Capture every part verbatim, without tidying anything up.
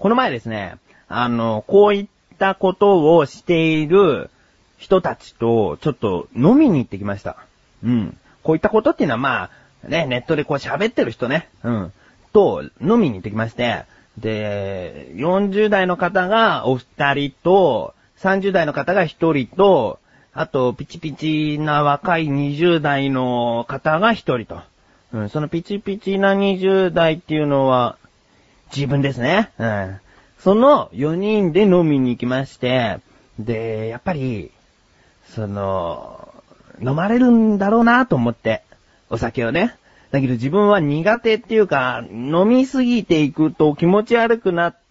この前ですね、あの、こういったことをしている人たちと、ちょっと飲みに行ってきました。うん。こういったことっていうのはまあ、ね、ネットでこう喋ってる人ね、うん。と、飲みに行ってきまして、で、よんじゅう代の方がお二人と、さんじゅう代の方が一人と、あと、ピチピチな若いにじゅう代の方が一人と。うん、そのピチピチなにじゅう代っていうのは、自分ですね。うん。そのよにんで飲みに行きまして、で、やっぱり、その、飲まれるんだろうなと思って、お酒をね。だけど自分は苦手っていうか、飲みすぎていくと気持ち悪くなって、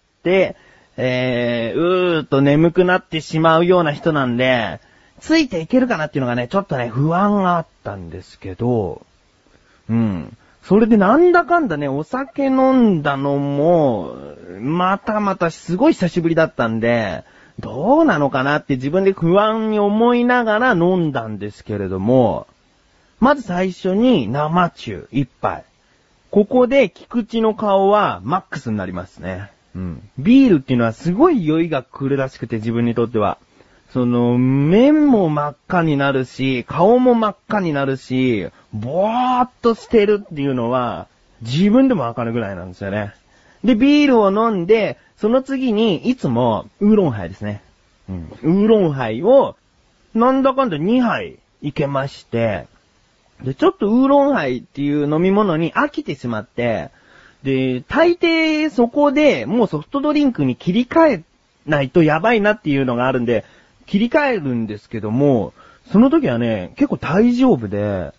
えー、うーっと眠くなってしまうような人なんで、ついていけるかなっていうのがね、ちょっとね、不安があったんですけど、うん。それでなんだかんだね、お酒飲んだのも、またまたすごい久しぶりだったんで、どうなのかなって自分で不安に思いながら飲んだんですけれども、まず最初に生中一杯。ここで菊池の顔はマックスになりますね。うん。ビールっていうのはすごい酔いが来るらしくて自分にとっては。その、目も真っ赤になるし、顔も真っ赤になるし、ぼーっとしてるっていうのは、自分でもわかるぐらいなんですよね。で、ビールを飲んで、その次に、いつも、ウーロンハイですね。うん。ウーロンハイを、なんだかんだにはいいけまして、で、ちょっとウーロンハイっていう飲み物に飽きてしまって、で、大抵そこでもうソフトドリンクに切り替えないとやばいなっていうのがあるんで、切り替えるんですけども、その時はね、結構大丈夫で、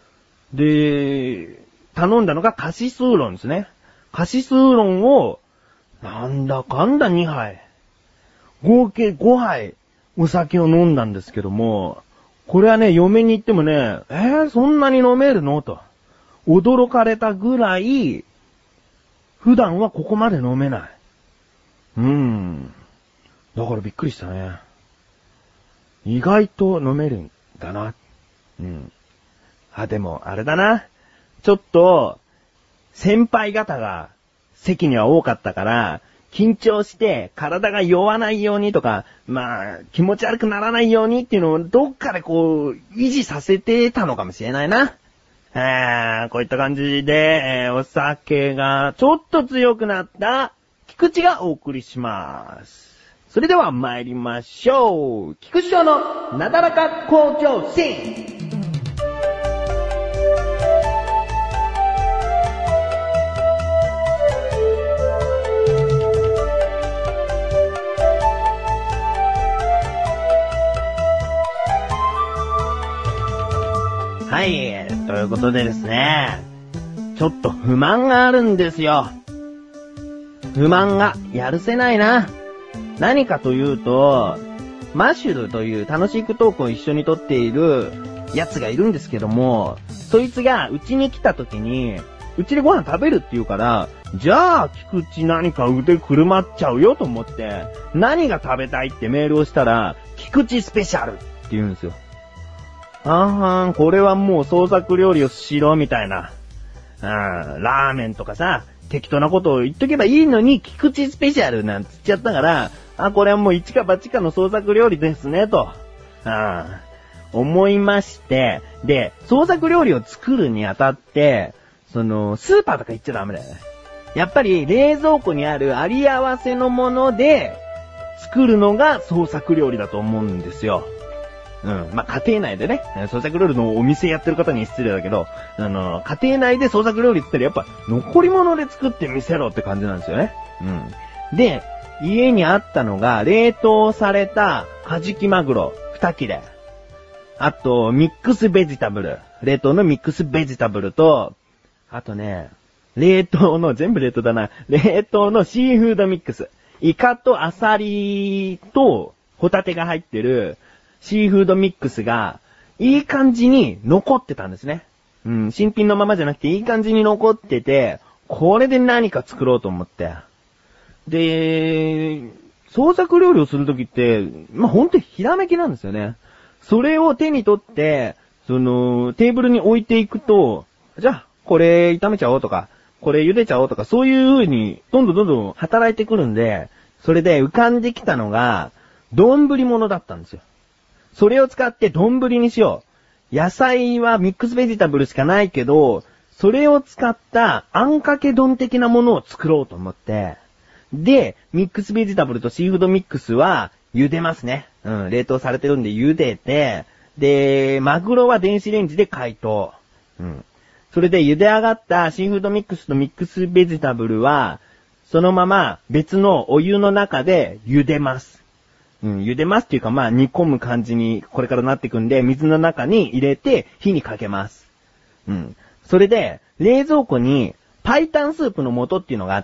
で、頼んだのがカシスウーロンですね。カシスウーロンを、なんだかんだにはい。合計ごはいお酒を飲んだんですけども、これはね、嫁に言ってもね、えー、そんなに飲めるのと。驚かれたぐらい、普段はここまで飲めない。うーん。だからびっくりしたね。意外と飲めるんだな。うん。あ、でも、あれだな。ちょっと、先輩方が席には多かったから、緊張して体が酔わないようにとか、まあ、気持ち悪くならないようにっていうのをどっかでこう、維持させてたのかもしれないな。えー、こういった感じで、えー、お酒がちょっと強くなった菊池がお送りします。それでは参りましょう。菊池城のなだらか向上心。はい、ということでですね、ちょっと不満があるんですよ。不満がやるせないな。何かというと、マッシュルという楽しいトークを一緒に撮っているやつがいるんですけども、そいつがうちに来た時に、うちでご飯食べるって言うから、じゃあ菊池何か腕くるまっちゃうよと思って、何が食べたいってメールをしたら、菊池スペシャルって言うんですよ。あはん、これはもう創作料理をしろみたいな。うん、ラーメンとかさ、適当なことを言っとけばいいのに、菊池スペシャルなんつっちゃったから、あ、これはもう一か八かの創作料理ですね、と。うん、思いまして、で、創作料理を作るにあたって、その、スーパーとか行っちゃダメだよね。やっぱり冷蔵庫にあるあり合わせのもので、作るのが創作料理だと思うんですよ。うん。まあ、家庭内でね、創作料理のお店やってる方に失礼だけど、あの、家庭内で創作料理って言ったらやっぱ残り物で作ってみせろって感じなんですよね。うん。で、家にあったのが冷凍されたカジキマグロに切れ。あと、ミックスベジタブル。冷凍のミックスベジタブルと、あとね、冷凍の、全部冷凍だな。冷凍のシーフードミックス。イカとアサリとホタテが入ってるシーフードミックスが、いい感じに残ってたんですね。うん、新品のままじゃなくていい感じに残ってて、これで何か作ろうと思って。で、創作料理をするときって、まあ、ほんとひらめきなんですよね。それを手に取って、その、テーブルに置いていくと、じゃあ、これ炒めちゃおうとか、 これ茹でちゃおうとか、そういう風に、どんどんどんどん働いてくるんで、それで浮かんできたのが、丼物だったんですよ。それを使って丼にしよう。野菜はミックスベジタブルしかないけど、それを使ったあんかけ丼的なものを作ろうと思って、で、ミックスベジタブルとシーフードミックスは茹でますね。うん、冷凍されてるんで茹でて、で、マグロは電子レンジで解凍。うん。それで茹で上がったシーフードミックスとミックスベジタブルは、そのまま別のお湯の中で茹でます。うん、茹でますっていうかまあ煮込む感じにこれからなっていくんで、水の中に入れて火にかけます。うん。それで、冷蔵庫にパイタンスープの素っていうのがあって、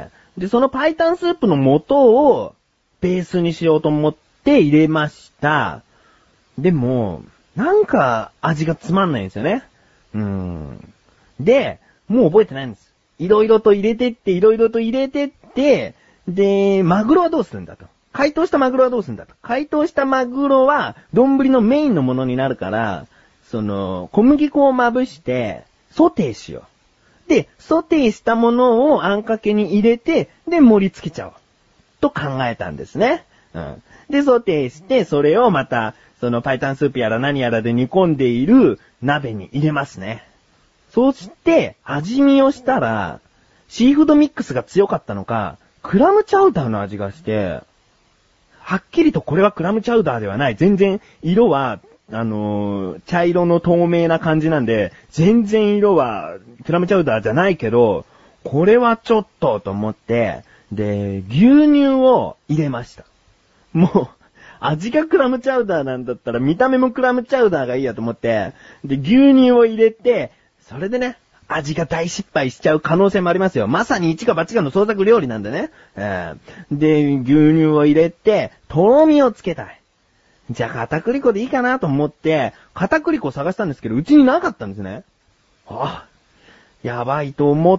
で、そのパイタンスープの素をベースにしようと思って入れました。でも、なんか味がつまんないんですよね。うーん。で、もう覚えてないんです。いろいろと入れてって、いろいろと入れてって、で、マグロはどうするんだと。解凍したマグロはどうするんだと。解凍したマグロは、丼のメインのものになるから、その、小麦粉をまぶして、ソテーしよう。で、ソテーしたものをあんかけに入れて、で、盛り付けちゃおう。と考えたんですね。うん。で、ソテーして、それをまた、その、パイタンスープやら何やらで煮込んでいる鍋に入れますね。そして、味見をしたら、シーフードミックスが強かったのか、クラムチャウダーの味がして、はっきりとこれはクラムチャウダーではない。全然、色は、あのー、茶色の透明な感じなんで、全然色はクラムチャウダーじゃないけど、これはちょっとと思って、で、牛乳を入れました。もう、味がクラムチャウダーなんだったら見た目もクラムチャウダーがいいやと思って、で、牛乳を入れて、それでね、味が大失敗しちゃう可能性もありますよ。まさに一か八かの創作料理なんでね。えー、で、牛乳を入れて、とろみをつけたい。じゃあ片栗粉でいいかなと思って、片栗粉を探したんですけど、うちになかったんですね。あ、やばいと思って、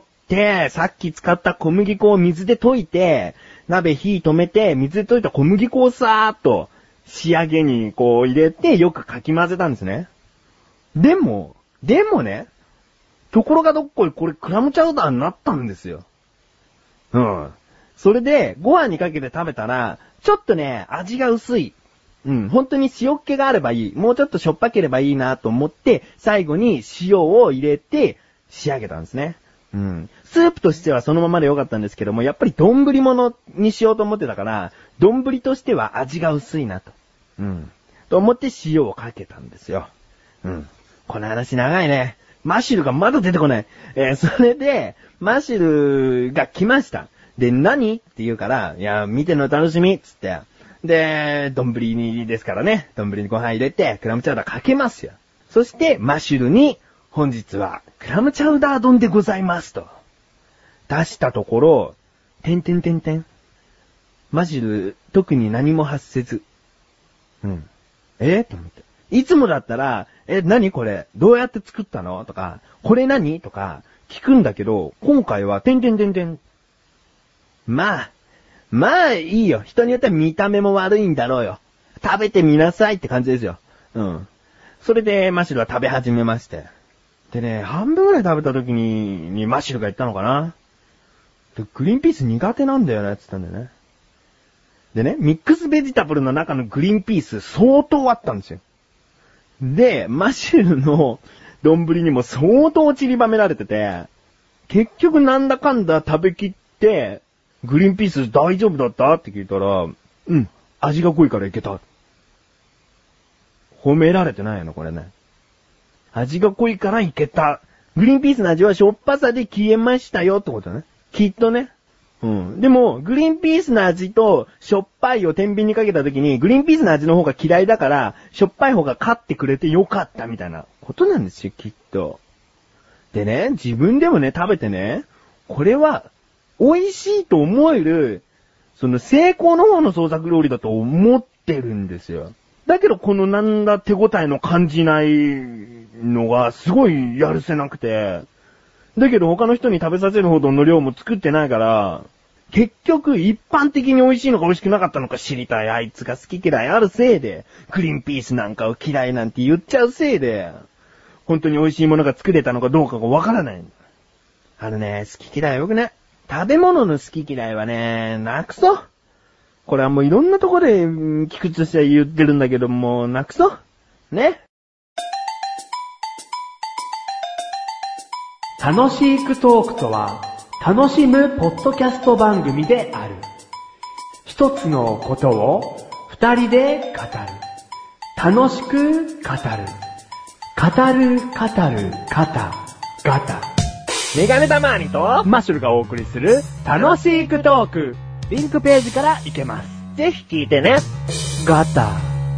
さっき使った小麦粉を水で溶いて、鍋火止めて、水で溶いた小麦粉をさーっと仕上げにこう入れて、よくかき混ぜたんですね。でも、でもね、ところがどっこいこれクラムチャウダーになったんですよ。うん。それで、ご飯にかけて食べたら、ちょっとね、味が薄い。うん、本当に塩っ気があればいい。もうちょっとしょっぱければいいなと思って、最後に塩を入れて仕上げたんですね。うん。スープとしてはそのままでよかったんですけども、やっぱり丼物にしようと思ってたから、丼としては味が薄いなと。うん。と思って塩をかけたんですよ。うん。この話長いね。マッシュルがまだ出てこない。えー、それで、マッシュルが来ました。で、何って言うから、いや、見ての楽しみ、つって。で、丼にですからね。丼にご飯入れて、クラムチャウダーかけますよ。そして、マッシュルに、本日は、クラムチャウダー丼でございますと。出したところ、てんてんてんてん。マッシュル、特に何も発せず。うん。えと思って。いつもだったら、え、何これどうやって作ったのとか、これ何とか、聞くんだけど、今回は、てんてんてんてん。まあ、まあいいよ。人によっては見た目も悪いんだろうよ。食べてみなさいって感じですよ。うん。それで、マシルは食べ始めまして。でね、半分ぐらい食べた時に、にマシルが言ったのかな。で、グリーンピース苦手なんだよね、って言ったんだよね。でね、ミックスベジタブルの中のグリーンピース相当あったんですよ。で、マシルの丼にも相当散りばめられてて、結局なんだかんだ食べきって、グリーンピース大丈夫だったって聞いたら、うん、味が濃いからいけた。褒められてないのこれね。味が濃いからいけた。グリーンピースの味はしょっぱさで消えましたよってことね。きっとね。うん。でも、グリーンピースの味としょっぱいを天秤にかけた時に、グリーンピースの味の方が嫌いだから、しょっぱい方が勝ってくれてよかったみたいなことなんですよ、きっと。でね、自分でもね、食べてね、これは、美味しいと思える、その成功の方の創作料理だと思ってるんですよ。だけどこのなんだ手応えの感じないのがすごいやるせなくて、だけど他の人に食べさせるほどの量も作ってないから、結局一般的に美味しいのか美味しくなかったのか知りたい。あいつが好き嫌いあるせいで、グリーンピースなんかを嫌いなんて言っちゃうせいで、本当に美味しいものが作れたのかどうかがわからない。 あのね、好き嫌いよくね。食べ物の好き嫌いはね、なくそう。これはもういろんなところで聞くとしては言ってるんだけども、なくそう。ね。 楽しくトークとは、楽しむポッドキャスト番組である。一つのことを二人で語る。楽しく語る。語る、語る、ガタ、ガタ。 メガネたまーにとマッシュルがお送りする楽しくトーク。リンクページから行けます。 ぜひ聞いてね。 ガタ。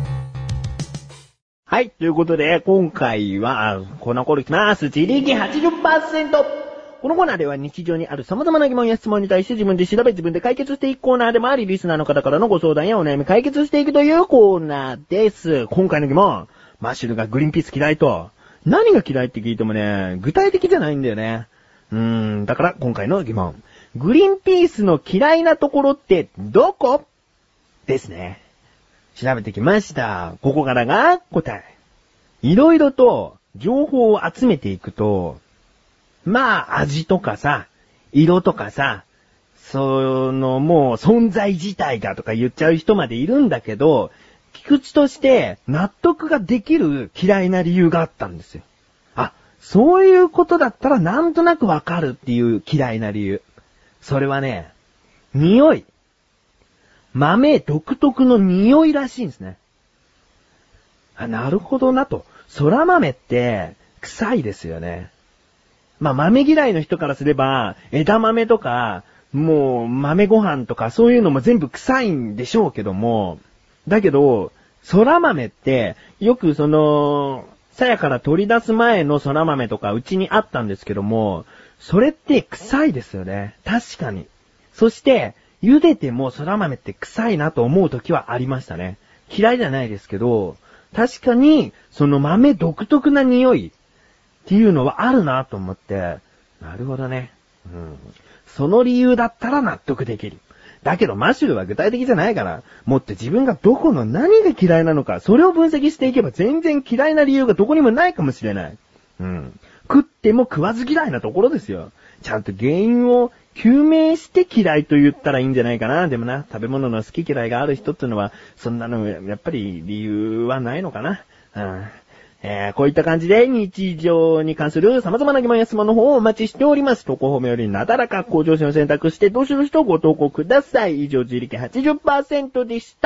はい、ということで、今回は、この頃いきます。自力 はちじゅっパーセント。このコーナーでは日常にある様々な疑問や質問に対して自分で調べ自分で解決していくコーナーでもあり、リスナーの方からのご相談やお悩み解決していくというコーナーです。今回の疑問、マッシュルがグリーンピース嫌いと、何が嫌いって聞いてもね、具体的じゃないんだよね。うーん、だから今回の疑問。グリーンピースの嫌いなところってどこ？ですね。調べてきました。ここからが答え。いろいろと情報を集めていくと、まあ味とかさ、色とかさ、そのもう存在自体がとか言っちゃう人までいるんだけど、菊池として納得ができる嫌いな理由があったんですよ。あ、そういうことだったらなんとなくわかるっていう嫌いな理由。それはね、匂い。豆独特の匂いらしいんですね。あ、なるほどなと。空豆って臭いですよね。まあ豆嫌いの人からすれば、枝豆とか、もう豆ご飯とかそういうのも全部臭いんでしょうけども、だけど、空豆って、よくその、鞘から取り出す前の空豆とかうちにあったんですけども、それって臭いですよね。確かに。そして、茹でても空豆って臭いなと思う時はありましたね。嫌いじゃないですけど、確かに、その豆独特な匂いっていうのはあるなと思って、なるほどね。うん。その理由だったら納得できる。だけどマッシュルは具体的じゃないから、もっと自分がどこの何が嫌いなのか、それを分析していけば全然嫌いな理由がどこにもないかもしれない。うん。食っても食わず嫌いなところですよ。ちゃんと原因を究明して嫌いと言ったらいいんじゃないかな。でもな、食べ物の好き嫌いがある人っていうのは、そんなのやっぱり理由はないのかな。うん。えー、こういった感じで日常に関する様々な疑問や質問の方をお待ちしております。投稿方面よりなだらか向上心を選択してどうしろしとご投稿ください。以上、自力 はちじゅっパーセント でした。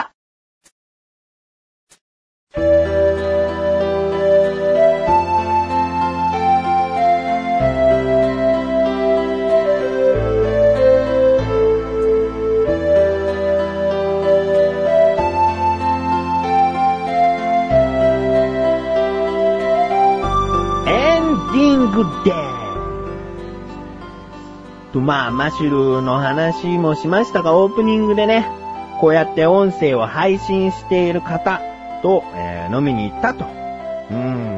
でと、まあ、マシュルの話もしましたが、オープニングでね、こうやって音声を配信している方と、えー、飲みに行ったと。うん。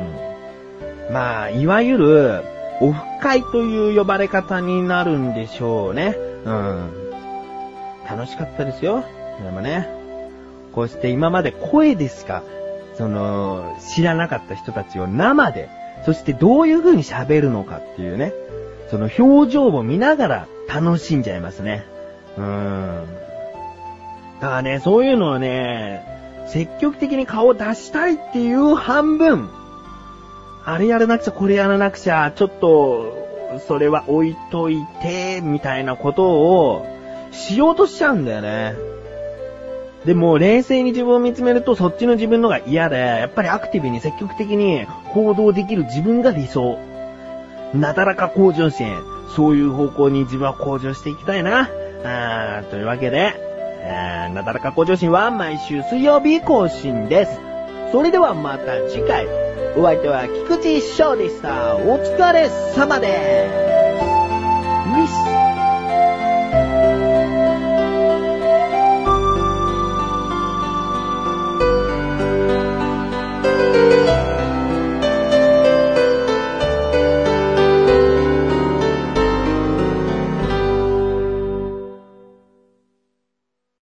まあ、いわゆる、オフ会という呼ばれ方になるんでしょうね。うん。楽しかったですよ。でもね、こうして今まで声でしか、その、知らなかった人たちを生で、そしてどういう風に喋るのかっていうね、その表情を見ながら楽しんじゃいますね。うーん。だからね、そういうのをね、積極的に顔を出したいっていう半分、あれやらなくちゃこれやらなくちゃ、ちょっと、それは置いといて、みたいなことをしようとしちゃうんだよね。でも冷静に自分を見つめるとそっちの自分のが嫌で、やっぱりアクティブに積極的に行動できる自分が理想。なだらか向上心。そういう方向に自分は向上していきたいな。あーというわけで、えー、なだらか向上心は毎週水曜日更新です。それではまた次回。お相手は菊池翔でした。お疲れ様です。